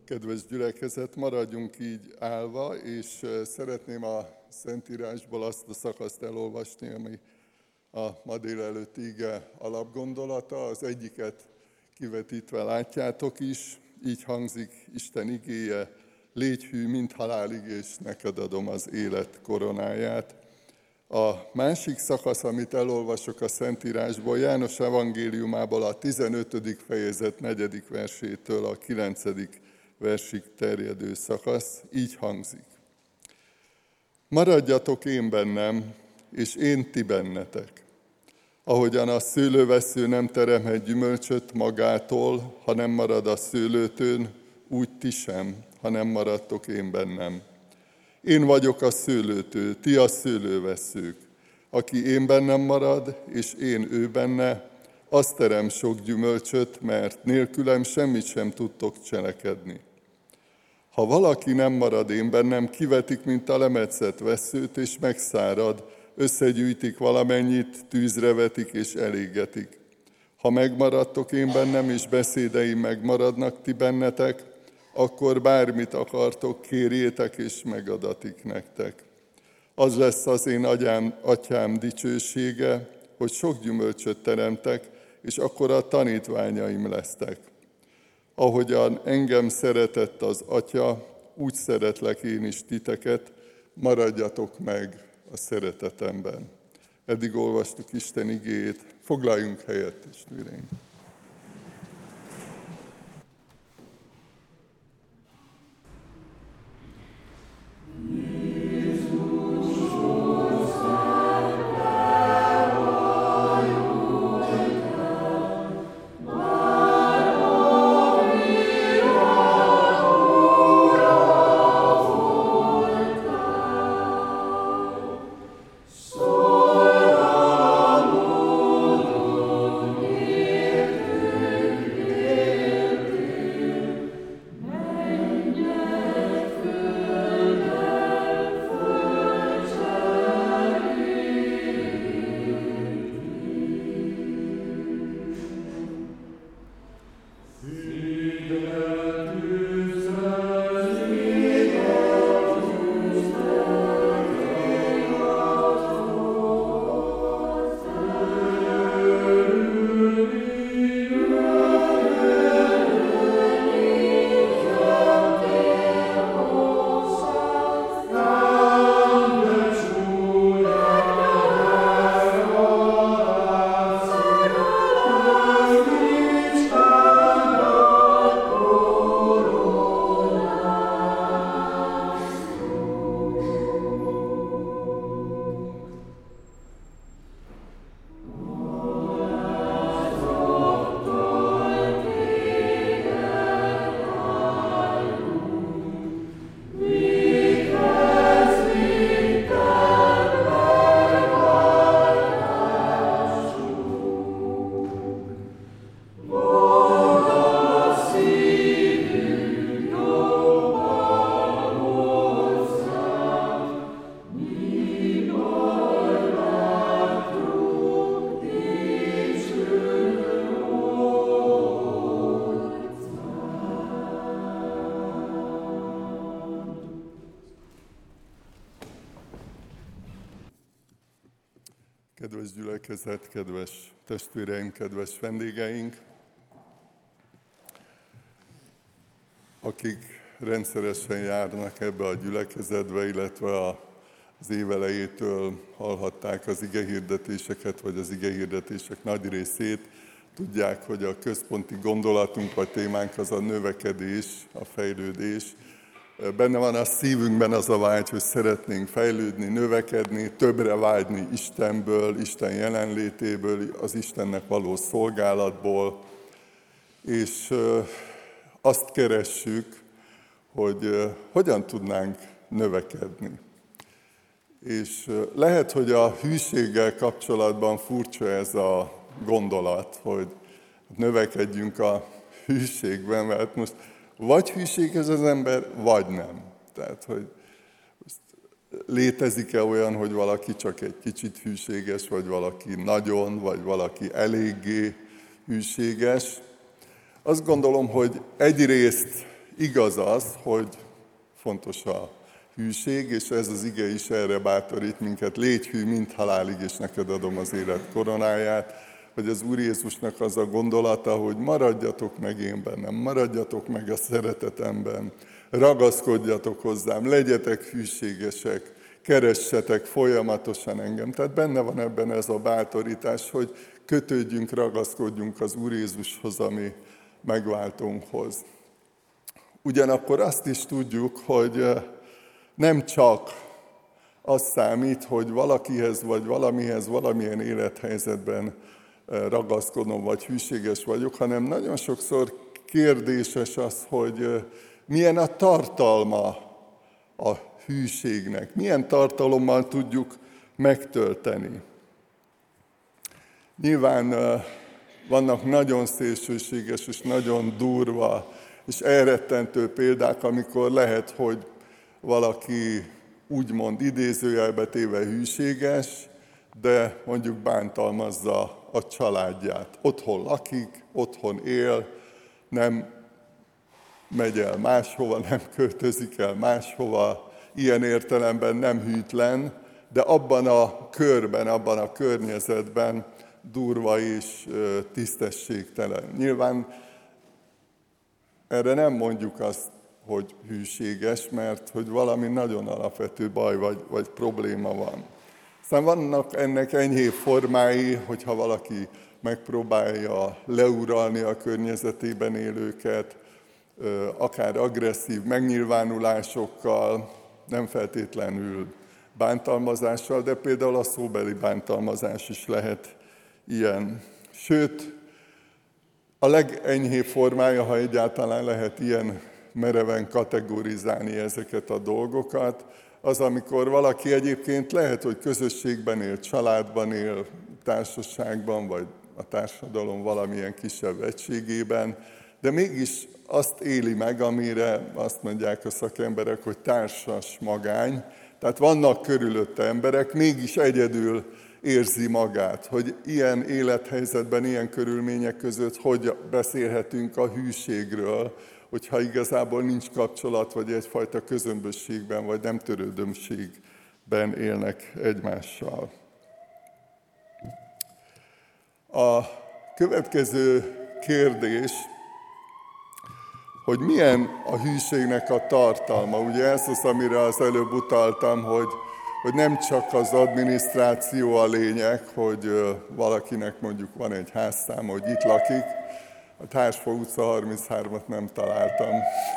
Kedves gyülekezet, maradjunk így állva, és szeretném a Szentírásból azt a szakaszt elolvasni, ami a ma délelőtt ige alapgondolata. Az egyiket kivetítve látjátok is, így hangzik Isten igéje: légy hű, mint halálig, és neked adom az élet koronáját. A másik szakasz, amit elolvasok a Szentírásból, János evangéliumából a 15. fejezet 4. versétől a 9. versig terjedő szakasz, így hangzik. Maradjatok én bennem, és én ti bennetek. Ahogyan a szőlővesző nem teremhet gyümölcsöt magától, ha nem marad a szőlőtőn, úgy ti sem, ha nem maradtok én bennem. Én vagyok a szőlőtő, ti a szőlőveszők. Aki én bennem marad, és én ő benne, az terem sok gyümölcsöt, mert nélkülem semmit sem tudtok cselekedni. Ha valaki nem marad én bennem, kivetik, mint a lemetszett vesszőt, és megszárad, összegyűjtik valamennyit, tűzre vetik és elégetik. Ha megmaradtok én bennem, és beszédeim megmaradnak ti bennetek, akkor bármit akartok, kérjétek, és megadatik nektek. Az lesz az én atyám dicsősége, hogy sok gyümölcsöt teremtek, és akkor a tanítványaim lesztek. Ahogyan engem szeretett az Atya, úgy szeretlek én is titeket, maradjatok meg a szeretetemben. Eddig olvastuk Isten igéjét, foglaljunk helyet, testvéreim! Kedves gyülekezet, kedves testvéreim, kedves vendégeink, akik rendszeresen járnak ebbe a gyülekezetbe, illetve az év elejétől hallhatták az igehirdetéseket, vagy az igehirdetések nagy részét, tudják, hogy a központi gondolatunk vagy témánk az a növekedés, a fejlődés. Benne van a szívünkben az a vágy, hogy szeretnénk fejlődni, növekedni, többre vágyni Istenből, Isten jelenlétéből, az Istennek való szolgálatból, és azt keressük, hogy hogyan tudnánk növekedni. És lehet, hogy a hűséggel kapcsolatban furcsa ez a gondolat, hogy növekedjünk a hűségben, mert most vagy hűség ez az ember, vagy nem. Tehát, hogy létezik-e olyan, hogy valaki csak egy kicsit hűséges, vagy valaki nagyon, vagy valaki eléggé hűséges. Azt gondolom, hogy egyrészt Igaz az, hogy fontos a hűség, és ez az ige is erre bátorít minket. Légy hű, mint halálig, és neked adom az élet koronáját. Hogy az Úr Jézusnak az a gondolata, hogy maradjatok meg én bennem, maradjatok meg a szeretetemben, ragaszkodjatok hozzám, legyetek hűségesek, keressetek folyamatosan engem. Tehát benne van ebben ez a bátorítás, hogy kötődjünk, ragaszkodjunk az Úr Jézushoz, ami megváltónkhoz. Ugyanakkor azt is tudjuk, hogy nem csak az számít, hogy valakihez vagy valamihez, valamilyen élethelyzetben ragaszkodom, vagy hűséges vagyok, hanem nagyon sokszor kérdéses az, hogy milyen a tartalma a hűségnek, milyen tartalommal tudjuk megtölteni. Nyilván vannak nagyon szélsőséges és nagyon durva és elrettentő példák, amikor lehet, hogy valaki úgymond idézőjelbe téve hűséges, de mondjuk bántalmazza a családját. Otthon lakik, otthon él, nem megy el máshova, nem költözik el máshova, ilyen értelemben nem hűtlen, de abban a körben, abban a környezetben durva és tisztességtelen. Nyilván erre nem mondjuk azt, hogy hűséges, mert hogy valami nagyon alapvető baj vagy probléma van. Aztán vannak ennek enyhébb formái, hogyha valaki megpróbálja leuralni a környezetében élőket, akár agresszív megnyilvánulásokkal, nem feltétlenül bántalmazással, de például a szóbeli bántalmazás is lehet ilyen. Sőt, a legenyhébb formája, ha egyáltalán lehet ilyen mereven kategorizálni ezeket a dolgokat, az, amikor valaki egyébként lehet, hogy közösségben él, családban él, társaságban, vagy a társadalom valamilyen kisebb egységében, de mégis azt éli meg, amire azt mondják a szakemberek, hogy társas magány. Tehát vannak körülötte emberek, mégis egyedül érzi magát, hogy ilyen élethelyzetben, ilyen körülmények között hogy beszélhetünk a hűségről, hogyha igazából nincs kapcsolat, vagy egyfajta közömbösségben, vagy nem törődömségben élnek egymással. A következő kérdés, hogy milyen a hűségnek a tartalma. Ugye ez az, amire az előbb utaltam, hogy nem csak az adminisztráció a lényeg, hogy valakinek mondjuk van egy házszáma, hogy itt lakik. A Társfa utca 33-at nem találtam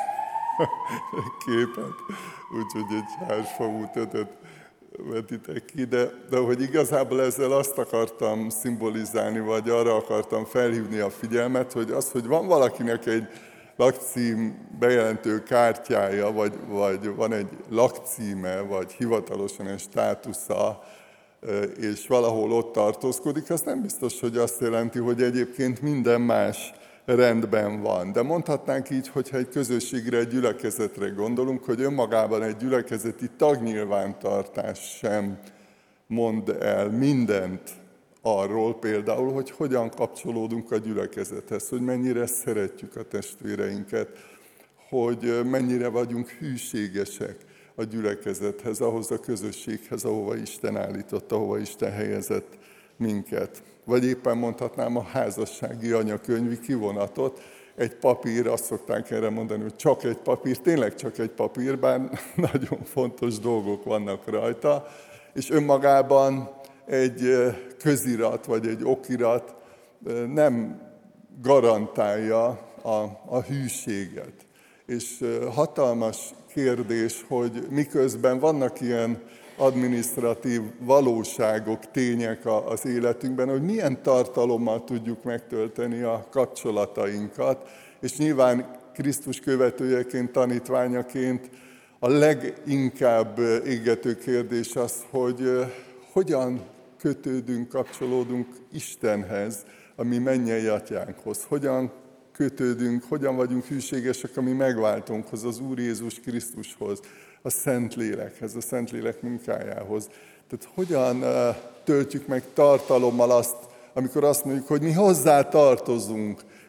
képet, úgyhogy egy Társfa út 5-öt vetitek ki, de hogy igazából ezzel azt akartam szimbolizálni, vagy arra akartam felhívni a figyelmet, hogy az, hogy van valakinek egy lakcím bejelentő kártyája, vagy van egy lakcíme, vagy hivatalosan egy státusza, és valahol ott tartózkodik, az nem biztos, hogy azt jelenti, hogy egyébként minden más rendben van. De mondhatnánk így, hogyha egy közösségre, egy gyülekezetre gondolunk, hogy önmagában egy gyülekezeti tagnyilvántartás sem mond el mindent arról például, hogy hogyan kapcsolódunk a gyülekezethez, hogy mennyire szeretjük a testvéreinket, hogy mennyire vagyunk hűségesek a gyülekezethez, ahhoz a közösséghez, ahova Isten állított, ahova Isten helyezett minket. Vagy éppen mondhatnám a házassági anyakönyvi kivonatot, egy papír, azt szokták erre mondani, hogy csak egy papír, tényleg csak egy papír, bár nagyon fontos dolgok vannak rajta, és önmagában egy közirat vagy egy okirat nem garantálja a hűséget. És hatalmas kérdés, hogy miközben vannak ilyen adminisztratív valóságok, tények az életünkben, hogy milyen tartalommal tudjuk megtölteni a kapcsolatainkat, és nyilván Krisztus követőjeként, tanítványaként a leginkább égető kérdés az, hogy hogyan kötődünk, kapcsolódunk Istenhez, a mi mennyei atyánkhoz. Hogyan kötődünk, hogyan vagyunk hűségesek a mi megváltónkhoz, az Úr Jézus Krisztushoz, a Szentlélekhez, a Szentlélek munkájához. Tehát hogyan töltjük meg tartalommal azt, amikor azt mondjuk, hogy mi hozzá tartozunk,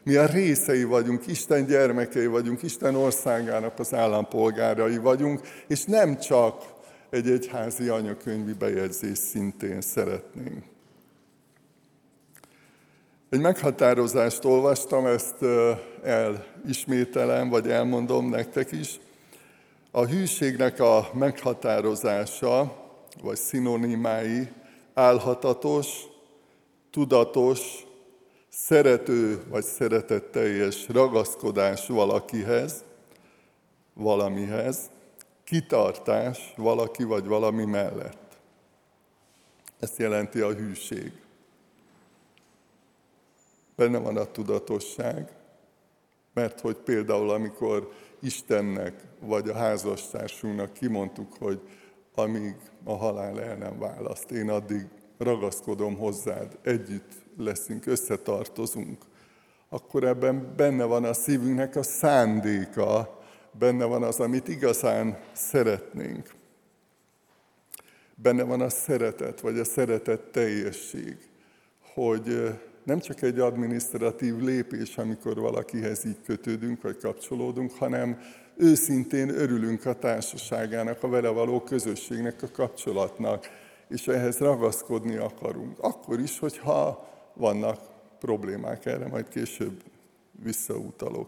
Mi a részei vagyunk, Isten gyermekei vagyunk, Isten országának az állampolgárai vagyunk, és nem csak egy egyházi anyakönyvi bejegyzés szintén szeretnénk. Egy meghatározást olvastam, ezt elismételem, vagy elmondom nektek is. A hűségnek a meghatározása, vagy szinonimái álhatatos, tudatos, szerető vagy szeretetteljes ragaszkodás valakihez, valamihez, kitartás valaki vagy valami mellett. Ezt jelenti a hűség. Benne van a tudatosság, mert hogy például amikor Istennek vagy a házastársunknak kimondtuk, hogy amíg a halál el nem választ, én addig ragaszkodom hozzád, együtt leszünk, összetartozunk, akkor ebben benne van a szívünknek a szándéka, benne van az, amit igazán szeretnénk. Benne van a szeretet, vagy a szeretet teljesség, hogy nem csak egy adminisztratív lépés, amikor valakihez így kötődünk, vagy kapcsolódunk, hanem őszintén örülünk a társaságának, a vele való közösségnek, a kapcsolatnak, és ehhez ragaszkodni akarunk. Akkor is, hogyha vannak problémák, erre majd később visszautalok.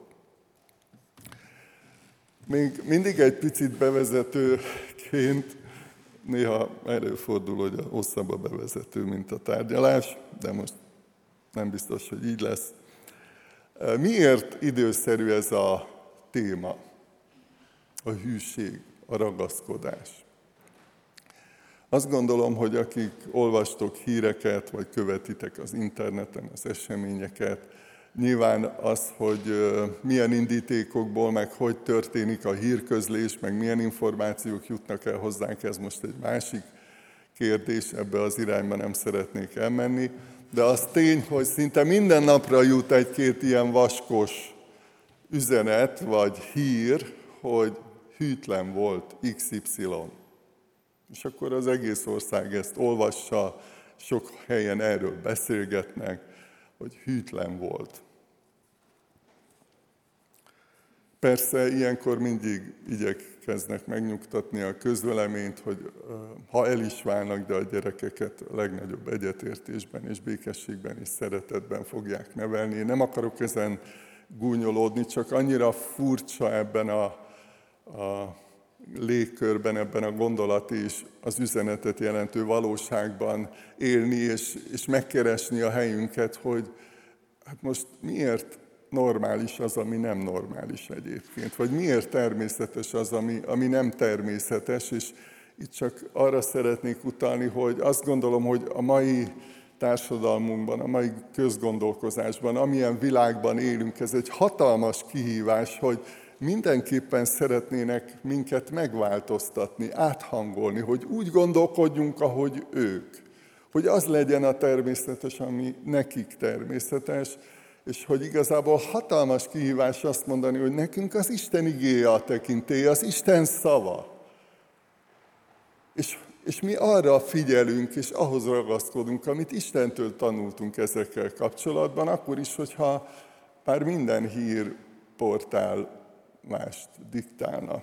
Még mindig egy picit bevezetőként, néha előfordul, hogy hosszabb a bevezető, mint a tárgyalás, de most nem biztos, hogy így lesz. Miért időszerű ez a téma? A hűség, a ragaszkodás. Azt gondolom, hogy akik olvastok híreket, vagy követitek az interneten az eseményeket, nyilván az, hogy milyen indítékokból, meg hogy történik a hírközlés, meg milyen információk jutnak el hozzánk, ez most egy másik kérdés, ebbe az irányba nem szeretnék elmenni. De az tény, hogy szinte minden napra jut egy-két ilyen vaskos üzenet, vagy hír, hogy hűtlen volt XY. És akkor az egész ország ezt olvassa, sok helyen erről beszélgetnek, hogy hűtlen volt. Persze ilyenkor mindig igyekeznek megnyugtatni a közvéleményt, hogy ha el is válnak, de a gyerekeket a legnagyobb egyetértésben és békességben és szeretetben fogják nevelni. Én nem akarok ezen gúnyolódni, csak annyira furcsa ebben a légkörben, ebben a gondolati és az üzenetet jelentő valóságban élni, és megkeresni a helyünket, hogy hát most miért normális az, ami nem normális egyébként, vagy miért természetes az, ami nem természetes, és itt csak arra szeretnék utalni, hogy azt gondolom, hogy a mai társadalmunkban, a mai közgondolkozásban, amilyen világban élünk, ez egy hatalmas kihívás, hogy mindenképpen szeretnének minket megváltoztatni, áthangolni, hogy úgy gondolkodjunk, ahogy ők. Hogy az legyen a természetes, ami nekik természetes, és hogy igazából hatalmas kihívás azt mondani, hogy nekünk az Isten igéje a tekintély, az Isten szava. És mi arra figyelünk, és ahhoz ragaszkodunk, amit Istentől tanultunk ezekkel kapcsolatban, akkor is, hogyha már minden hírportál mást diktálna.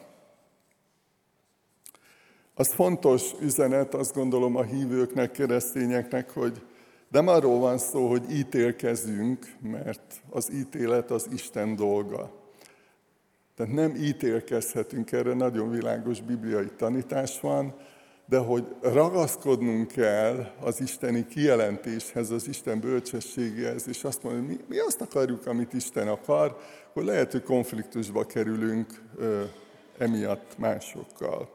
Az fontos üzenet, azt gondolom a hívőknek, keresztényeknek, hogy nem arról van szó, hogy ítélkezünk, mert az ítélet az Isten dolga. Tehát nem ítélkezhetünk, erre nagyon világos bibliai tanítás van, de hogy ragaszkodnunk kell az isteni kijelentéshez, az Isten bölcsességéhez, és azt mondani, hogy mi azt akarjuk, amit Isten akar, hogy lehet, hogy konfliktusba kerülünk emiatt másokkal.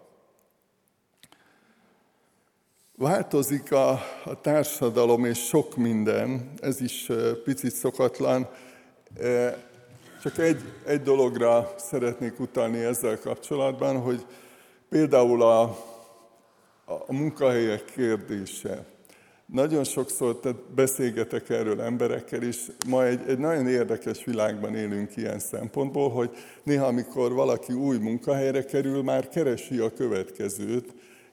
Változik a társadalom és sok minden, ez is picit szokatlan. Csak egy dologra szeretnék utalni ezzel kapcsolatban, hogy például a munkahelyek kérdése. Nagyon sokszor beszélgetek erről emberekkel, és ma egy nagyon érdekes világban élünk ilyen szempontból, hogy néha, amikor valaki új munkahelyre kerül, már keresi a következőt,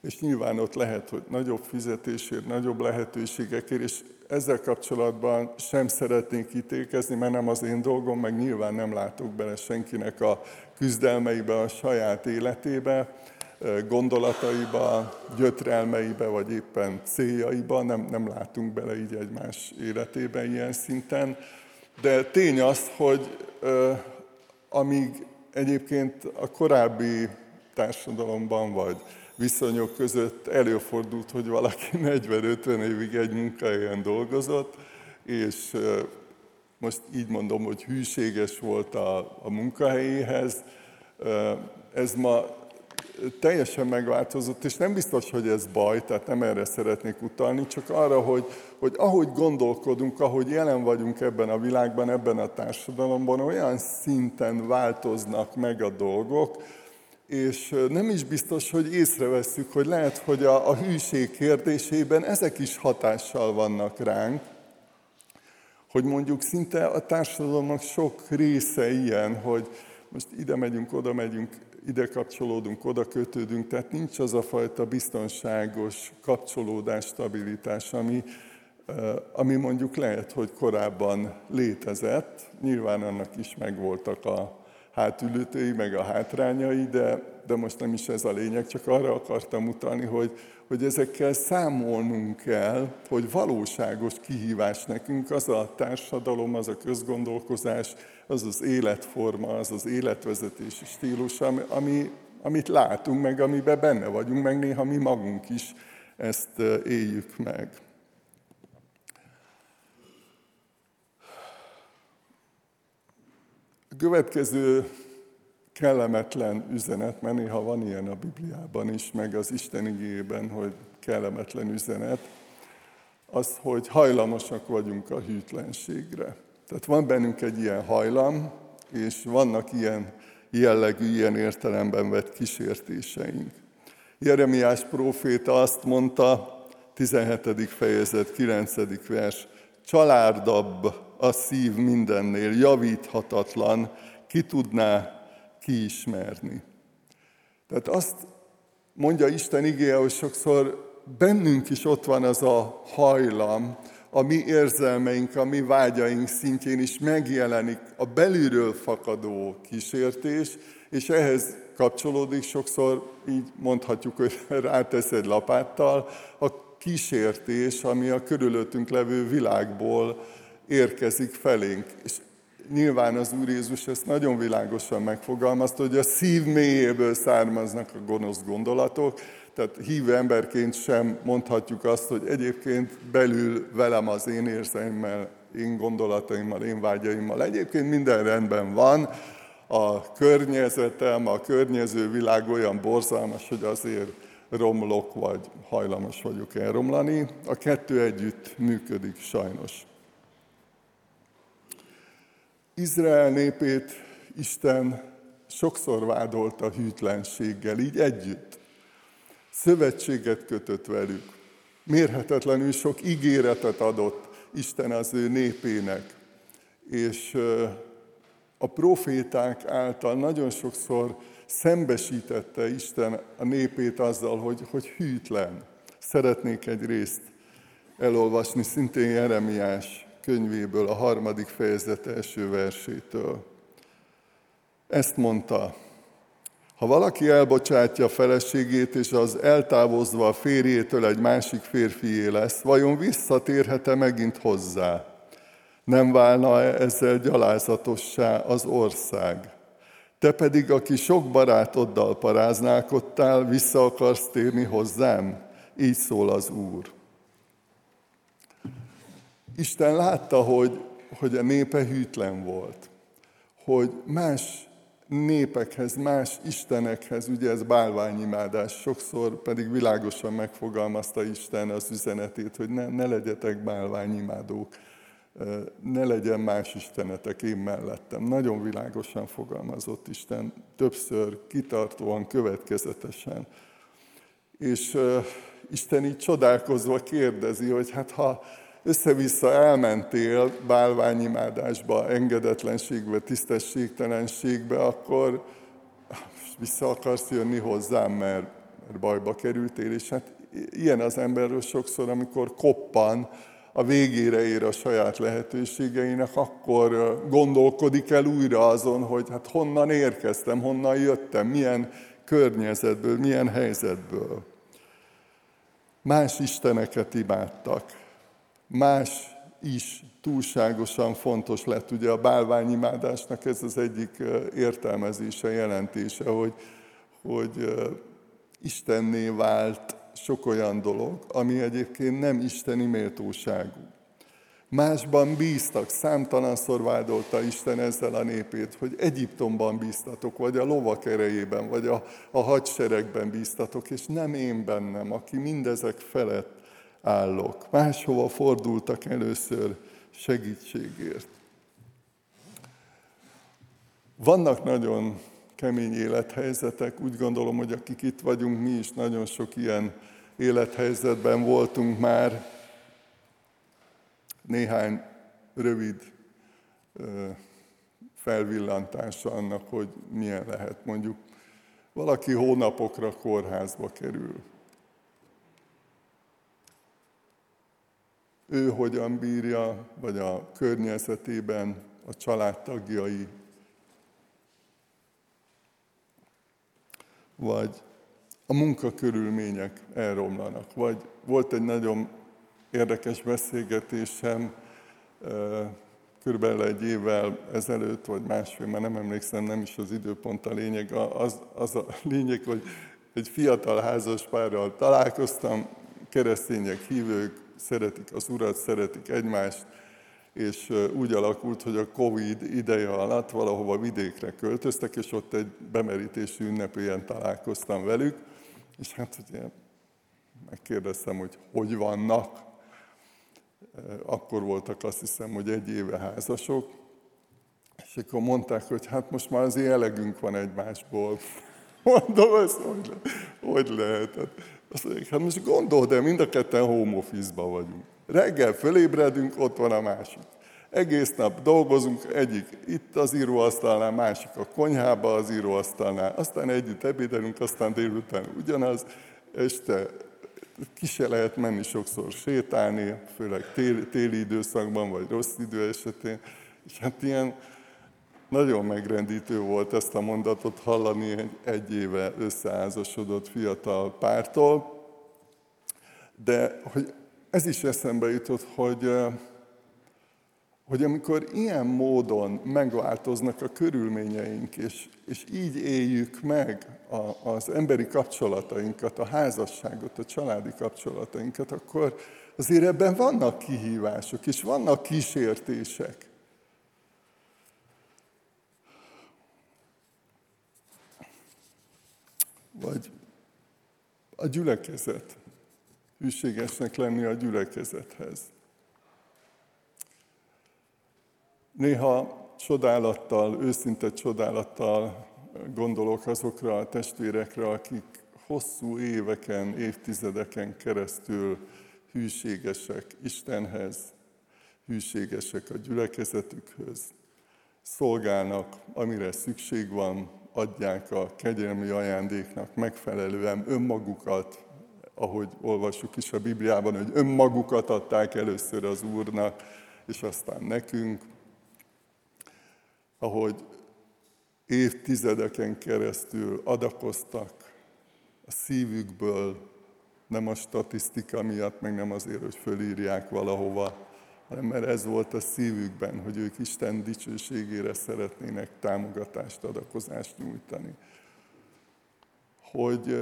és nyilván ott lehet, hogy nagyobb fizetésért, nagyobb lehetőségekért, és ezzel kapcsolatban sem szeretnék ítélkezni, mert nem az én dolgom, meg nyilván nem látok bele senkinek a küzdelmeibe, a saját életébe, gondolataiba, gyötrelmeibe, vagy éppen céljaiba, nem látunk bele így egymás életébe ilyen szinten. De tény az, hogy amíg egyébként a korábbi társadalomban vagy viszonyok között előfordult, hogy valaki 40-50 évig egy munkahelyen dolgozott, és most így mondom, hogy hűséges volt a munkahelyéhez, ez ma teljesen megváltozott, és nem biztos, hogy ez baj, tehát nem erre szeretnék utalni, csak arra, hogy ahogy gondolkodunk, ahogy jelen vagyunk ebben a világban, ebben a társadalomban, olyan szinten változnak meg a dolgok, és nem is biztos, hogy észrevesszük, hogy lehet, hogy a hűség kérdésében ezek is hatással vannak ránk, hogy mondjuk szinte a társadalomnak sok része ilyen, hogy most ide megyünk, ide kapcsolódunk, oda kötődünk, tehát nincs az a fajta biztonságos kapcsolódás, stabilitás, ami mondjuk lehet, hogy korábban létezett. Nyilván annak is megvoltak a hátulütői, meg a hátrányai, de most nem is ez a lényeg, csak arra akartam utalni, hogy ezekkel számolnunk kell, hogy valóságos kihívás nekünk az a társadalom, az a közgondolkozás, az az életforma, az az életvezetési stílus, amit látunk, meg amiben benne vagyunk, meg néha mi magunk is ezt éljük meg. A következő kellemetlen üzenet, mert néha van ilyen a Bibliában is, meg az Isten igéjében, hogy kellemetlen üzenet, az, hogy hajlamosak vagyunk a hűtlenségre. Tehát van bennünk egy ilyen hajlam, és vannak ilyen jellegű, ilyen értelemben vett kísértéseink. Jeremiás próféta azt mondta, 17. fejezet, 9. vers, csalárdabb a szív mindennél, javíthatatlan, ki tudná kiismerni. Tehát azt mondja Isten igéje, hogy sokszor bennünk is ott van az a hajlam, a mi érzelmeink, a mi vágyaink szintjén is megjelenik a belülről fakadó kísértés, és ehhez kapcsolódik sokszor, így mondhatjuk, hogy rátesz egy lapáttal, a kísértés, ami a körülöttünk levő világból érkezik felénk. És nyilván az Úr Jézus ezt nagyon világosan megfogalmazta, hogy a szív mélyéből származnak a gonosz gondolatok, tehát hívő emberként sem mondhatjuk azt, hogy egyébként belül velem az én érzelmeimmel, én gondolataimmal, én vágyaimmal egyébként minden rendben van, a környezetem, a környező világ olyan borzalmas, hogy azért romlok, vagy hajlamos vagyok elromlani. A kettő együtt működik sajnos. Izrael népét Isten sokszor vádolta hűtlenséggel, így együtt. Szövetséget kötött velük. Mérhetetlenül sok ígéretet adott Isten az ő népének. És a proféták által nagyon sokszor szembesítette Isten a népét azzal, hogy hűtlen. Szeretnék egy részt elolvasni, szintén Jeremiás könyvéből, a 3. fejezet első versétől. Ezt mondta, ha valaki elbocsátja a feleségét, és az eltávozva a férjétől egy másik férfié lesz, vajon visszatérhet-e megint hozzá? Nem válna ezzel gyalázatossá az ország? Te pedig, aki sok barátoddal paráználkodtál, vissza akarsz térni hozzám? Így szól az Úr. Isten látta, hogy a népe hűtlen volt, hogy más népekhez, más istenekhez, ugye ez bálványimádás, sokszor pedig világosan megfogalmazta Isten az üzenetét, hogy ne legyetek bálványimádók, ne legyen más istenetek én mellettem. Nagyon világosan fogalmazott Isten, többször, kitartóan, következetesen. És Isten így csodálkozva kérdezi, hogy hát ha össze-vissza elmentél bálványimádásba, engedetlenségbe, tisztességtelenségbe, akkor vissza akarsz jönni hozzám, mert mert bajba kerültél, és hát ilyen az emberről sokszor, amikor koppan, a végére ér a saját lehetőségeinek, akkor gondolkodik el újra azon, hogy hát honnan érkeztem, honnan jöttem, milyen környezetből, milyen helyzetből. Más isteneket imádtak, más is túlságosan fontos lett. Ugye a bálványimádásnak ez az egyik értelmezése, jelentése, hogy istenné vált sok olyan dolog, ami egyébként nem isteni méltóságú. Másban bíztak, számtalanszor vádolta Isten ezzel a népét, hogy Egyiptomban bíztatok, vagy a lovak erejében, vagy a hadseregben bíztatok, és nem én bennem, aki mindezek felett állok. Máshova fordultak először segítségért. Vannak nagyon kemény élethelyzetek, úgy gondolom, hogy akik itt vagyunk, mi is nagyon sok ilyen élethelyzetben voltunk már. Néhány rövid felvillantása annak, hogy milyen lehet. Mondjuk valaki hónapokra kórházba kerül. Ő hogyan bírja, vagy a környezetében a családtagjai, vagy a munkakörülmények elromlanak. Vagy volt egy nagyon érdekes beszélgetésem, körülbelül egy évvel ezelőtt, vagy másfél, már nem emlékszem, nem is az időpont a lényeg. Az a lényeg, hogy egy fiatal házaspárral találkoztam, keresztények, hívők, szeretik az Urat, szeretik egymást, és úgy alakult, hogy a Covid ideje alatt valahova vidékre költöztek, és ott egy bemerítési ünnepélyen találkoztam velük, és hát ugye megkérdeztem, hogy vannak. Akkor voltak, azt hiszem, hogy 1 éve házasok, és akkor mondták, hogy hát most már azért elegünk van egymásból. Mondom, ezt hogy lehet? Azt mondják, hát most gondold el, mind a ketten home office-ban vagyunk. Reggel fölébredünk, ott van a másik. Egész nap dolgozunk, egyik itt az íróasztalnál, másik a konyhába az íróasztalnál, aztán együtt ebédelünk, aztán délután ugyanaz, este ki se lehet menni sokszor sétálni, főleg téli időszakban, vagy rossz idő esetén. És hát ilyen nagyon megrendítő volt ezt a mondatot hallani egy éve összeházasodott fiatal pártól. De hogy ez is eszembe jutott, hogy amikor ilyen módon megváltoznak a körülményeink, és így éljük meg az emberi kapcsolatainkat, a házasságot, a családi kapcsolatainkat, akkor azért ebben vannak kihívások, és vannak kísértések. Vagy a gyülekezet. Hűségesnek lenni a gyülekezethez. Néha csodálattal, őszinte csodálattal gondolok azokra a testvérekre, akik hosszú éveken, évtizedeken keresztül hűségesek Istenhez, hűségesek a gyülekezetükhöz, szolgálnak, amire szükség van, adják a kegyelmi ajándéknak megfelelően önmagukat, ahogy olvassuk is a Bibliában, hogy önmagukat adták először az Úrnak, és aztán nekünk, ahogy évtizedeken keresztül adakoztak a szívükből, nem a statisztika miatt, meg nem azért, hogy fölírják valahova, hanem mert ez volt a szívükben, hogy ők Isten dicsőségére szeretnének támogatást, adakozást nyújtani. Hogy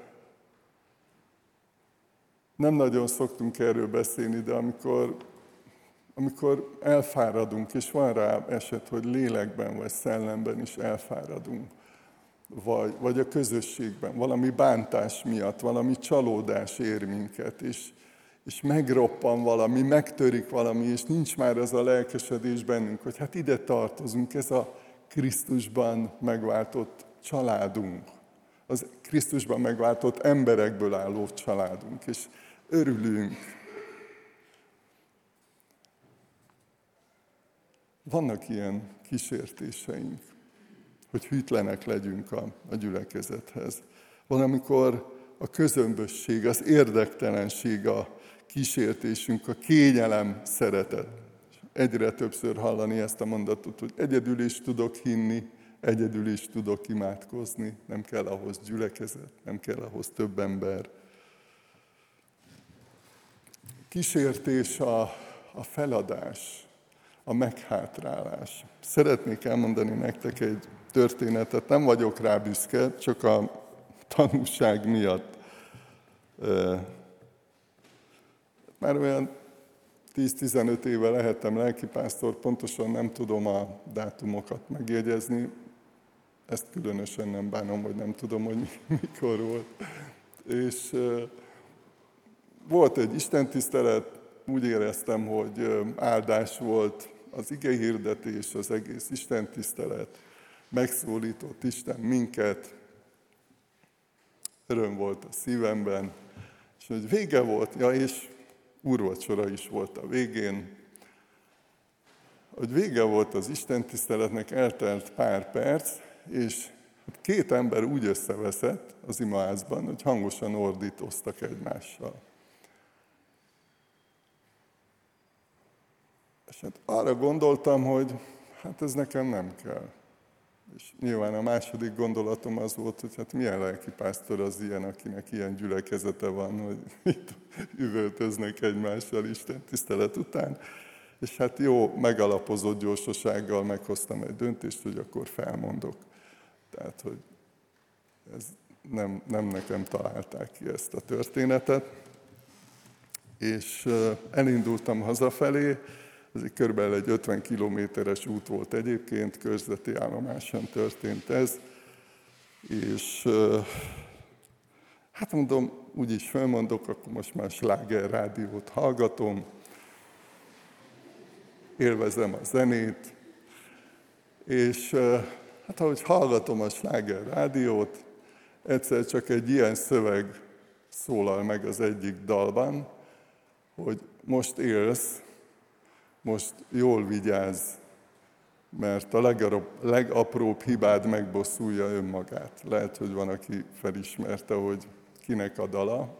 nem nagyon szoktunk erről beszélni, de amikor elfáradunk, és van rá eset, hogy lélekben vagy szellemben is elfáradunk, vagy a közösségben, valami bántás miatt, valami csalódás ér minket, és megroppan valami, megtörik valami, és nincs már az a lelkesedés bennünk, hogy hát ide tartozunk, ez a Krisztusban megváltott családunk, az Krisztusban megváltott emberekből álló családunk, és örülünk. Vannak ilyen kísértéseink, hogy hűtlenek legyünk a gyülekezethez. Van, amikor a közömbösség, az érdektelenség a kísértésünk, a kényelem, szeretet. Egyre többször hallani ezt a mondatot, hogy egyedül is tudok hinni, egyedül is tudok imádkozni, nem kell ahhoz gyülekezet, nem kell ahhoz több ember. Kísértés a feladás, a meghátrálás. Szeretnék elmondani nektek egy történetet, nem vagyok rá büszke, csak a tanúság miatt. Már olyan 10-15 éve lehettem lelkipásztor, pontosan nem tudom a dátumokat megjegyezni, ezt különösen nem bánom, hogy nem tudom, hogy mikor volt. És volt egy istentisztelet, úgy éreztem, hogy áldás volt az igehirdetés, az egész istentisztelet, megszólított Isten minket, öröm volt a szívemben, és hogy vége volt, és úrvacsora is volt a végén, hogy vége volt az istentiszteletnek, eltelt pár perc, és két ember úgy összeveszett az imaházban, hogy hangosan ordítoztak egymással. És hát arra gondoltam, hogy hát ez nekem nem kell. És nyilván a második gondolatom az volt, hogy hát milyen lelkipásztor az ilyen, akinek ilyen gyülekezete van, hogy itt üvöltöznek egymással Isten tisztelet után. És hát jó, megalapozott gyorsasággal meghoztam egy döntést, hogy akkor felmondok. Tehát, hogy ez nem nekem találták ki ezt a történetet. És elindultam hazafelé, ez körülbelül egy 50 kilométeres út volt egyébként, körzeti állomáson történt ez, és hát mondom, úgyis felmondok, akkor most már sláger rádiót hallgatom, élvezem a zenét, és hát ahogy hallgatom a sláger rádiót, egyszer csak egy ilyen szöveg szólal meg az egyik dalban, hogy most élsz, most jól vigyázz, mert a legapróbb hibád megbosszulja önmagát. Lehet, hogy van, aki felismerte, hogy kinek a dala.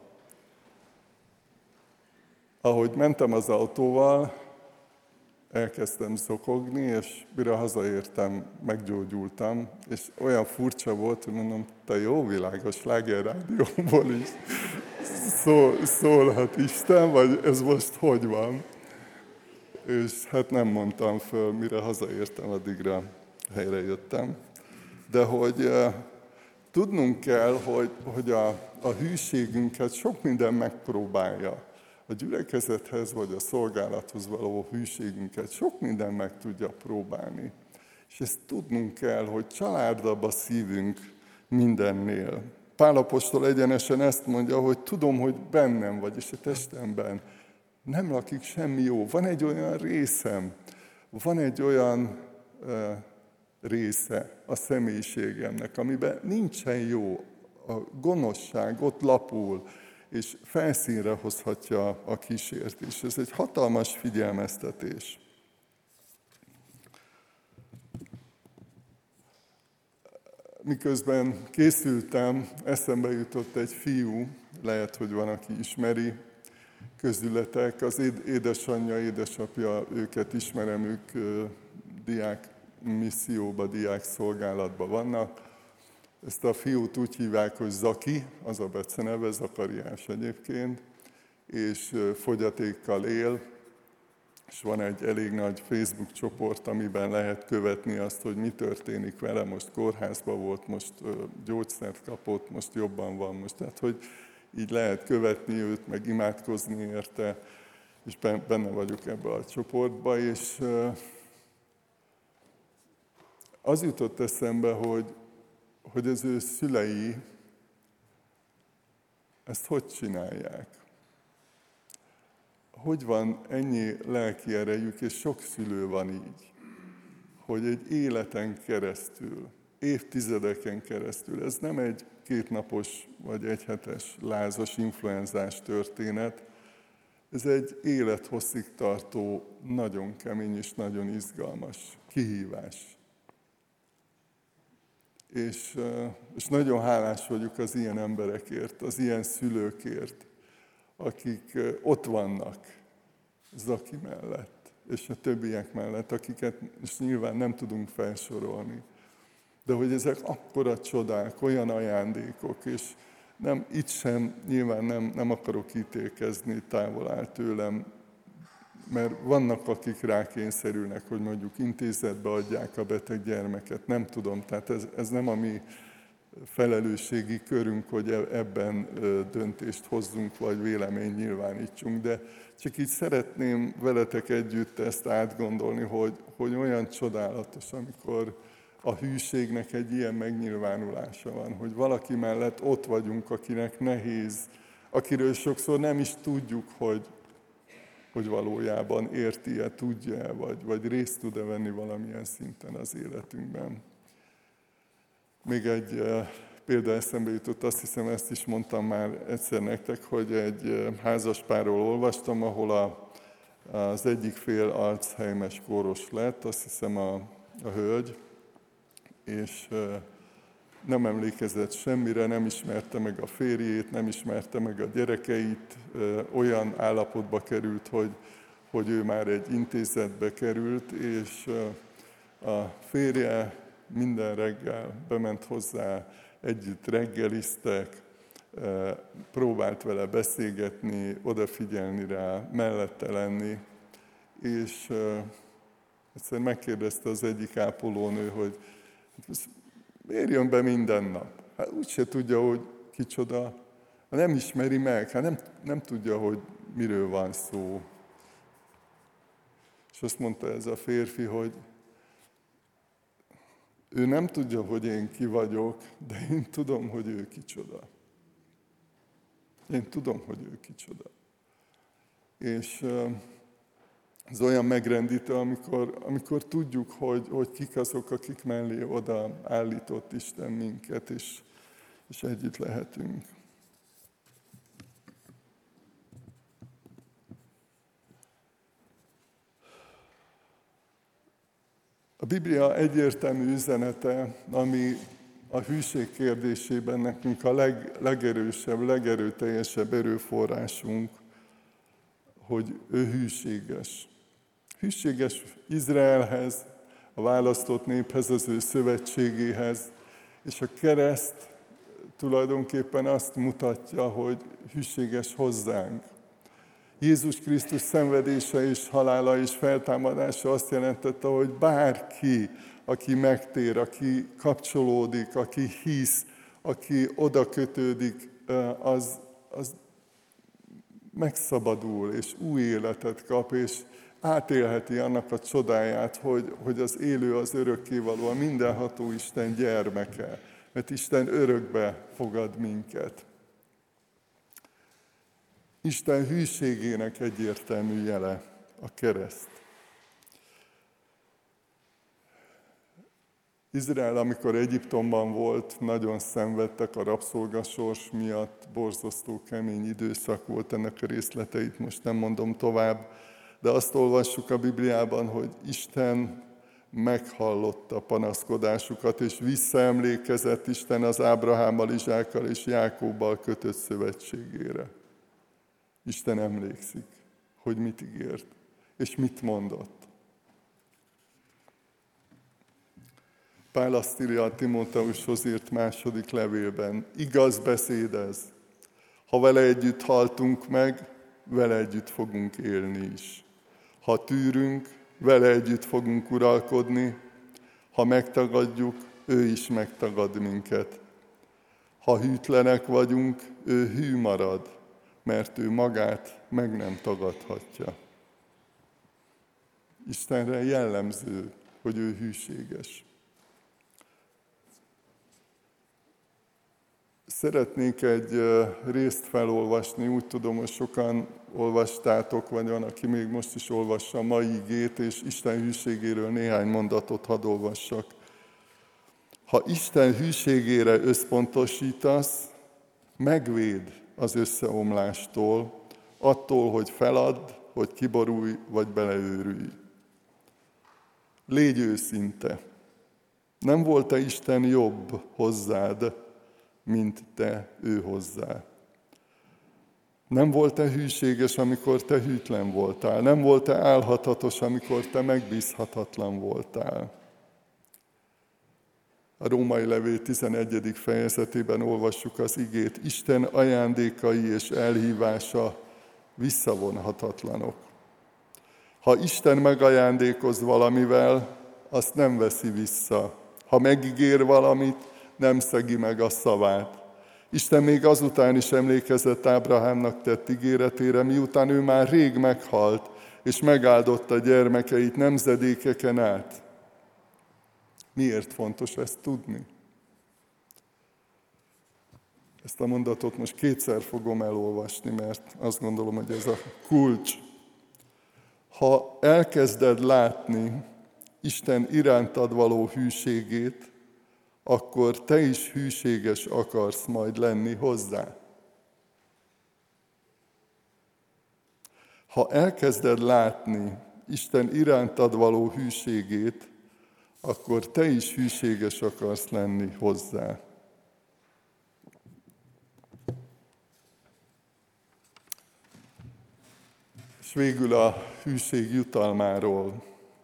Ahogy mentem az autóval, elkezdtem zokogni, és mire hazaértem, meggyógyultam, és olyan furcsa volt, hogy mondom, te jó világ, a sláger rádióból is szólhat Isten, vagy ez most hogy van? És hát nem mondtam föl, mire hazaértem, addigra helyre jöttem. De hogy tudnunk kell, hogy a hűségünket sok minden megpróbálja. A gyülekezethez vagy a szolgálathoz való hűségünket sok minden meg tudja próbálni. És ezt tudnunk kell, hogy családabb a szívünk mindennél. Pál apostol egyenesen ezt mondja, hogy tudom, hogy bennem vagy, és a testemben nem lakik semmi jó. Van egy olyan részem, van egy olyan része a személyiségemnek, amiben nincsen jó. A gonoszság ott lapul, és felszínre hozhatja a kísértés. Ez egy hatalmas figyelmeztetés. Miközben készültem, eszembe jutott egy fiú, lehet, hogy van, aki ismeri, közületek, az édesanyja, édesapja, őket ismerem, ők diák misszióba, diák szolgálatban vannak. Ezt a fiút úgy hívják, hogy Zaki, az a beceneve, Zakariás egyébként, és fogyatékkal él, és van egy elég nagy Facebook csoport, amiben lehet követni azt, hogy mi történik vele. Most kórházban volt, most gyógyszert kapott, most jobban van. Most, tehát, hogy így lehet követni őt, meg imádkozni érte, és benne vagyok ebbe a csoportba, és az jutott eszembe, hogy az ő szülei ezt hogy csinálják. Hogy van ennyi lelki erejük, és sok szülő van így, hogy egy életen keresztül, évtizedeken keresztül, ez nem egy kétnapos vagy egyhetes lázas influenzás történet, ez egy élethosszig tartó, nagyon kemény és nagyon izgalmas kihívás. És nagyon hálás vagyok az ilyen emberekért, az ilyen szülőkért, akik ott vannak Zaki mellett, és a többiek mellett, akiket és nyilván nem tudunk felsorolni. De hogy ezek akkora csodák, olyan ajándékok, és itt sem nyilván nem akarok ítélkezni, távol áll tőlem, mert vannak, akik rákényszerülnek, hogy mondjuk intézetbe adják a beteg gyermeket, nem tudom, tehát ez nem a mi felelősségi körünk, hogy ebben döntést hozzunk, vagy véleményt nyilvánítsunk, de csak így szeretném veletek együtt ezt átgondolni, hogy olyan csodálatos, amikor a hűségnek egy ilyen megnyilvánulása van, hogy valaki mellett ott vagyunk, akinek nehéz, akiről sokszor nem is tudjuk, hogy valójában érti-e, tudja-e, vagy részt tud-e venni valamilyen szinten az életünkben. Még egy példa eszembe jutott, azt hiszem, ezt is mondtam már egyszer nektek, hogy egy házaspárról olvastam, ahol az egyik fél Alzheimer-es kóros lett, azt hiszem a hölgy, és nem emlékezett semmire, nem ismerte meg a férjét, nem ismerte meg a gyerekeit, olyan állapotba került, hogy ő már egy intézetbe került, és a férje minden reggel bement hozzá, együtt reggeliztek, próbált vele beszélgetni, odafigyelni rá, mellette lenni, és egyszer megkérdezte az egyik ápolónő, hogy miért jön be minden nap? Hát úgyse tudja, hogy kicsoda, nem ismeri meg, hát nem tudja, hogy miről van szó. És azt mondta ez a férfi, hogy ő nem tudja, hogy én ki vagyok, de én tudom, hogy ő kicsoda. Én tudom, hogy ő kicsoda. És ez olyan megrendítő, amikor tudjuk, hogy kik azok, akik mellé oda állított Isten minket, és együtt lehetünk. A Biblia egyértelmű üzenete, ami a hűség kérdésében nekünk a legerősebb, legerőteljesebb erőforrásunk, hogy ő hűséges. Hűséges Izraelhez, a választott néphez, az ő szövetségéhez, és a kereszt tulajdonképpen azt mutatja, hogy hűséges hozzánk. Jézus Krisztus szenvedése és halála és feltámadása azt jelentette, hogy bárki, aki megtér, aki kapcsolódik, aki hisz, aki oda kötődik, az megszabadul, és új életet kap, és átélheti annak a csodáját, hogy az élő, az örökkévaló, a mindenható Isten gyermeke, mert Isten örökbe fogad minket. Isten hűségének egyértelmű jele a kereszt. Izrael, amikor Egyiptomban volt, nagyon szenvedtek a rabszolgasors miatt, borzasztó kemény időszak volt, ennek a részleteit most nem mondom tovább, de azt olvassuk a Bibliában, hogy Isten meghallotta panaszkodásukat, és visszaemlékezett Isten az Ábrahámmal, Izsákkal és Jákóbbal kötött szövetségére. Isten emlékszik, hogy mit ígért, és mit mondott. Pál azt írja a Timóteushoz írt második levélben, igaz beszéd ez. Ha vele együtt haltunk meg, vele együtt fogunk élni is. Ha tűrünk, vele együtt fogunk uralkodni, ha megtagadjuk, ő is megtagad minket. Ha hűtlenek vagyunk, ő hű marad, mert ő magát meg nem tagadhatja. Istenre jellemző, hogy ő hűséges. Szeretnék egy részt felolvasni, úgy tudom, hogy sokan olvastátok, vagy van, aki még most is olvassa a mai igét, és Isten hűségéről néhány mondatot hadd olvassak. Ha Isten hűségére összpontosítasz, megvéd az összeomlástól, attól, hogy feladd, hogy kiborulj, vagy beleőrülj. Légy őszinte. Nem volt-e Isten jobb hozzád, mint te ő hozzá? Nem volt-e hűséges, amikor te hűtlen voltál? Nem volt-e álhatatos, amikor te megbízhatatlan voltál? A Római levél 11. fejezetében olvassuk az igét. Isten ajándékai és elhívása visszavonhatatlanok. Ha Isten megajándékoz valamivel, azt nem veszi vissza. Ha megígér valamit, nem szegi meg a szavát. Isten még azután is emlékezett Ábrahámnak tett ígéretére, miután ő már rég meghalt, és megáldotta gyermekeit nemzedékeken át. Miért fontos ezt tudni? Ezt a mondatot most kétszer fogom elolvasni, mert azt gondolom, hogy ez a kulcs. Ha elkezded látni Isten irántad való hűségét, akkor te is hűséges akarsz majd lenni hozzá. Ha elkezded látni Isten irántad való hűségét, akkor te is hűséges akarsz lenni hozzá. És végül a hűség jutalmáról.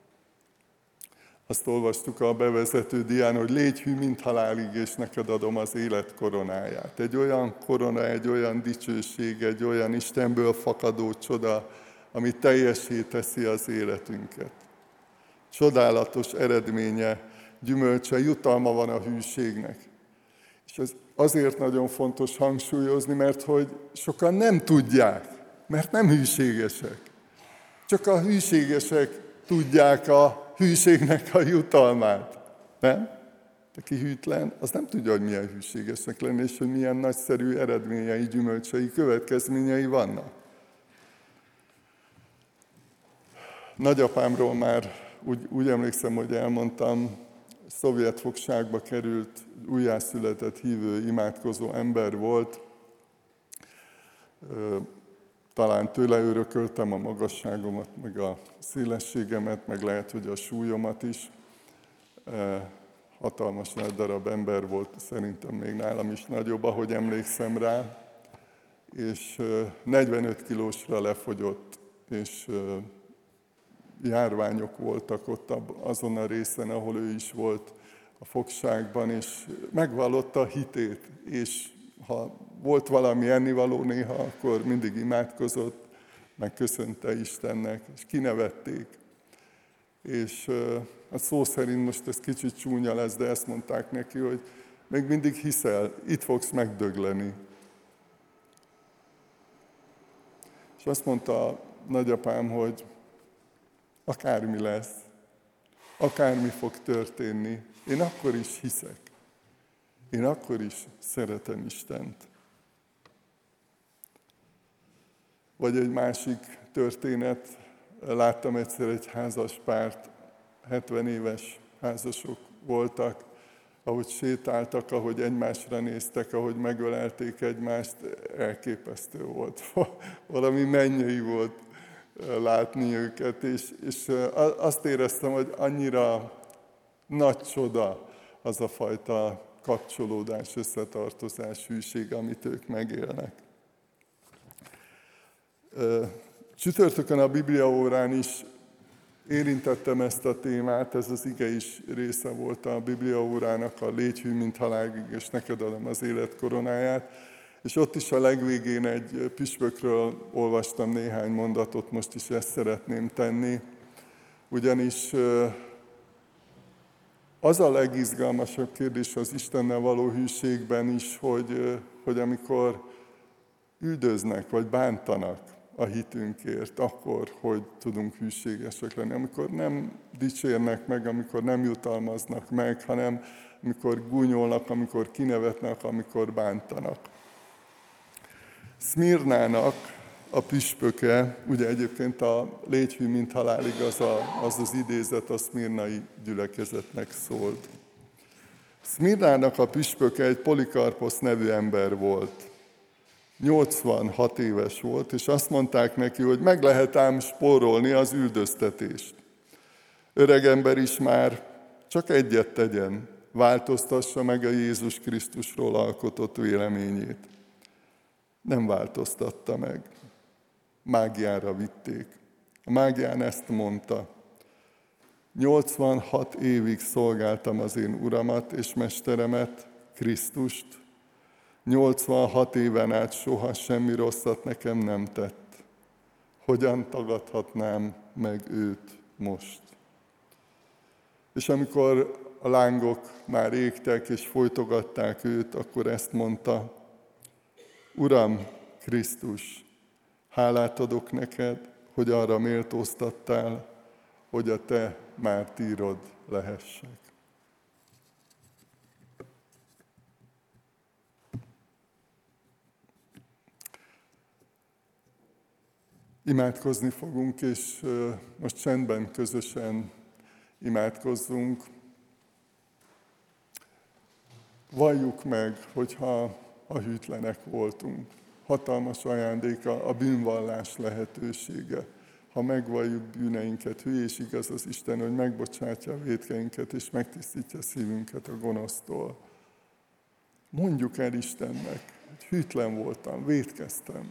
Azt olvastuk a bevezető dián, hogy légy hű, mint halálig, és neked adom az élet koronáját. Egy olyan korona, egy olyan dicsőség, egy olyan Istenből fakadó csoda, ami teljessé teszi az életünket. Csodálatos eredménye, gyümölcse, jutalma van a hűségnek. És ez azért nagyon fontos hangsúlyozni, mert hogy sokan nem tudják, mert nem hűségesek. Csak a hűségesek tudják a hűségnek a jutalmát. Nem? Aki hűtlen, az nem tudja, hogy milyen hűségesek lenni, és hogy milyen nagyszerű eredményei, gyümölcsei, következményei vannak. Nagyapámról már úgy emlékszem, hogy elmondtam, szovjet fogságba került, újjászületett hívő, imádkozó ember volt. Talán tőle örököltem a magasságomat, meg a szélességemet, meg lehet, hogy a súlyomat is. Hatalmas nagy darab ember volt, szerintem még nálam is nagyobb, ahogy emlékszem rá. És 45 kilósra lefogyott, és járványok voltak ott azon a részen, ahol ő is volt a fogságban, és megvallotta a hitét, és ha volt valami ennivaló néha, akkor mindig imádkozott, megköszönte Istennek, és kinevették. És a szó szerint most ez kicsit csúnya lesz, de ezt mondták neki, hogy még mindig hiszel, itt fogsz megdögleni. És azt mondta a nagyapám, hogy akármi lesz, akármi fog történni, én akkor is hiszek. Én akkor is szeretem Istent. Vagy egy másik történet, láttam egyszer egy házas párt, 70 éves házasok voltak, ahogy sétáltak, ahogy egymásra néztek, ahogy megölelték egymást, elképesztő volt. Valami mennyei volt látni őket, és azt éreztem, hogy annyira nagy csoda az a fajta kapcsolódás, összetartozás, hűség, amit ők megélnek. Csütörtökön a bibliaórán is érintettem ezt a témát, ez az ige is része volt a bibliaórának, a légy hű, mint halálig, és neked adom az élet koronáját. És ott is a legvégén egy püspökről olvastam néhány mondatot, most is ezt szeretném tenni. Ugyanis az a legizgalmasabb kérdés az Istennel való hűségben is, hogy amikor üldöznek vagy bántanak a hitünkért, akkor hogy tudunk hűségesek lenni. Amikor nem dicsérnek meg, amikor nem jutalmaznak meg, hanem amikor gúnyolnak, amikor kinevetnek, amikor bántanak. Szmirnának a püspöke, ugye egyébként a légy hű, mint halálig az idézet a szmirnai gyülekezetnek szólt. Szmirnának a püspöke egy Polikarposz nevű ember volt. 86 éves volt, és azt mondták neki, hogy meg lehet ám spórolni az üldöztetést. Öreg ember is már, csak egyet tegyen. változtassa meg a Jézus Krisztusról alkotott véleményét. Nem változtatta meg. Mágiára vitték. A mágián ezt mondta: 86 évig szolgáltam az én Uramat és Mesteremet, Krisztust. 86 éven át soha semmi rosszat nekem nem tett. Hogyan tagadhatnám meg őt most? És amikor a lángok már égtek és folytogatták őt, akkor ezt mondta: Uram, Krisztus, hálát adok neked, hogy arra méltóztattál, hogy a te mártírod lehessek. Imádkozni fogunk, és most csendben, közösen imádkozzunk. Valljuk meg, hogyha hűtlenek voltunk. Hatalmas ajándéka a bűnvallás lehetősége. Ha megvalljuk bűneinket, hű és igaz az Isten, hogy megbocsátja a vétkeinket, és megtisztítja szívünket a gonosztól. Mondjuk el Istennek, hogy hűtlen voltam, vétkeztem.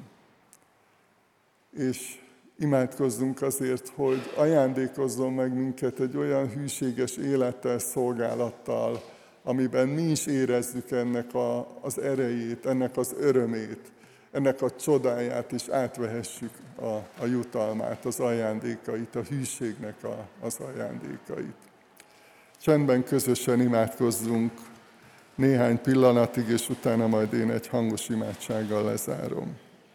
És imádkozzunk azért, hogy ajándékozzon meg minket egy olyan hűséges élettel, szolgálattal, amiben mi is érezzük ennek az erejét, ennek az örömét, ennek a csodáját, és átvehessük a jutalmát, az ajándékait, a hűségnek az ajándékait. Csendben közösen imádkozzunk néhány pillanatig, és utána majd én egy hangos imádsággal lezárom.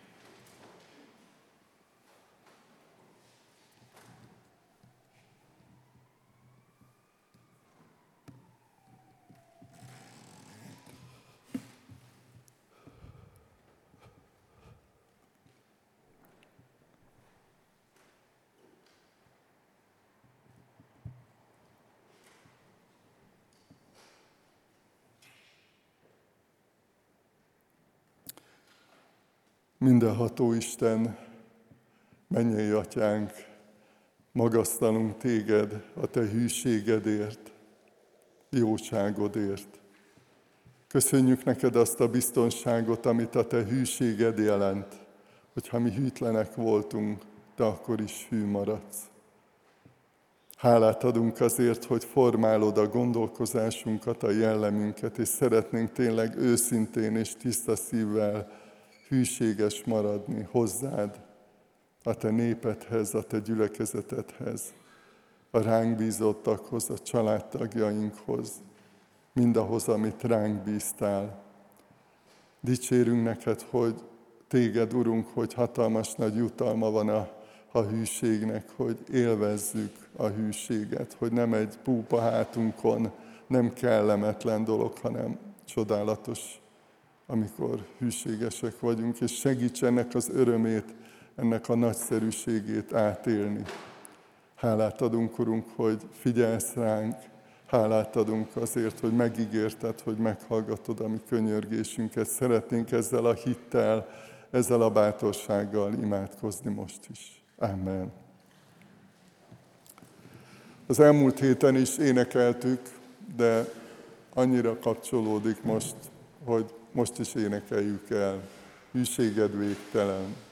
Mindenható Isten, mennyei Atyánk, magasztalunk téged a te hűségedért, jóságodért. Köszönjük neked azt a biztonságot, amit a te hűséged jelent, hogy ha mi hűtlenek voltunk, te akkor is hű maradsz. Hálát adunk azért, hogy formálod a gondolkozásunkat, a jellemünket, és szeretnénk tényleg őszintén és tiszta szívvel hűséges maradni hozzád, a te népedhez, a te gyülekezetedhez, a ránk bízottakhoz, a családtagjainkhoz, mindahhoz, amit ránk bíztál. Dicsérünk neked, hogy téged, Urunk, hogy hatalmas nagy jutalma van a hűségnek, hogy élvezzük a hűséget, hogy nem egy púpa hátunkon, nem kellemetlen dolog, hanem csodálatos, amikor hűségesek vagyunk, és segíts ennek az örömét, ennek a nagyszerűségét átélni. Hálát adunk, Urunk, hogy figyelsz ránk, hálát adunk azért, hogy megígérted, hogy meghallgatod a mi könyörgésünket. Szeretnénk ezzel a hittel, ezzel a bátorsággal imádkozni most is. Amen. Az elmúlt héten is énekeltük, de annyira kapcsolódik most, hogy most is énekeljük el. Hűséged végtelen.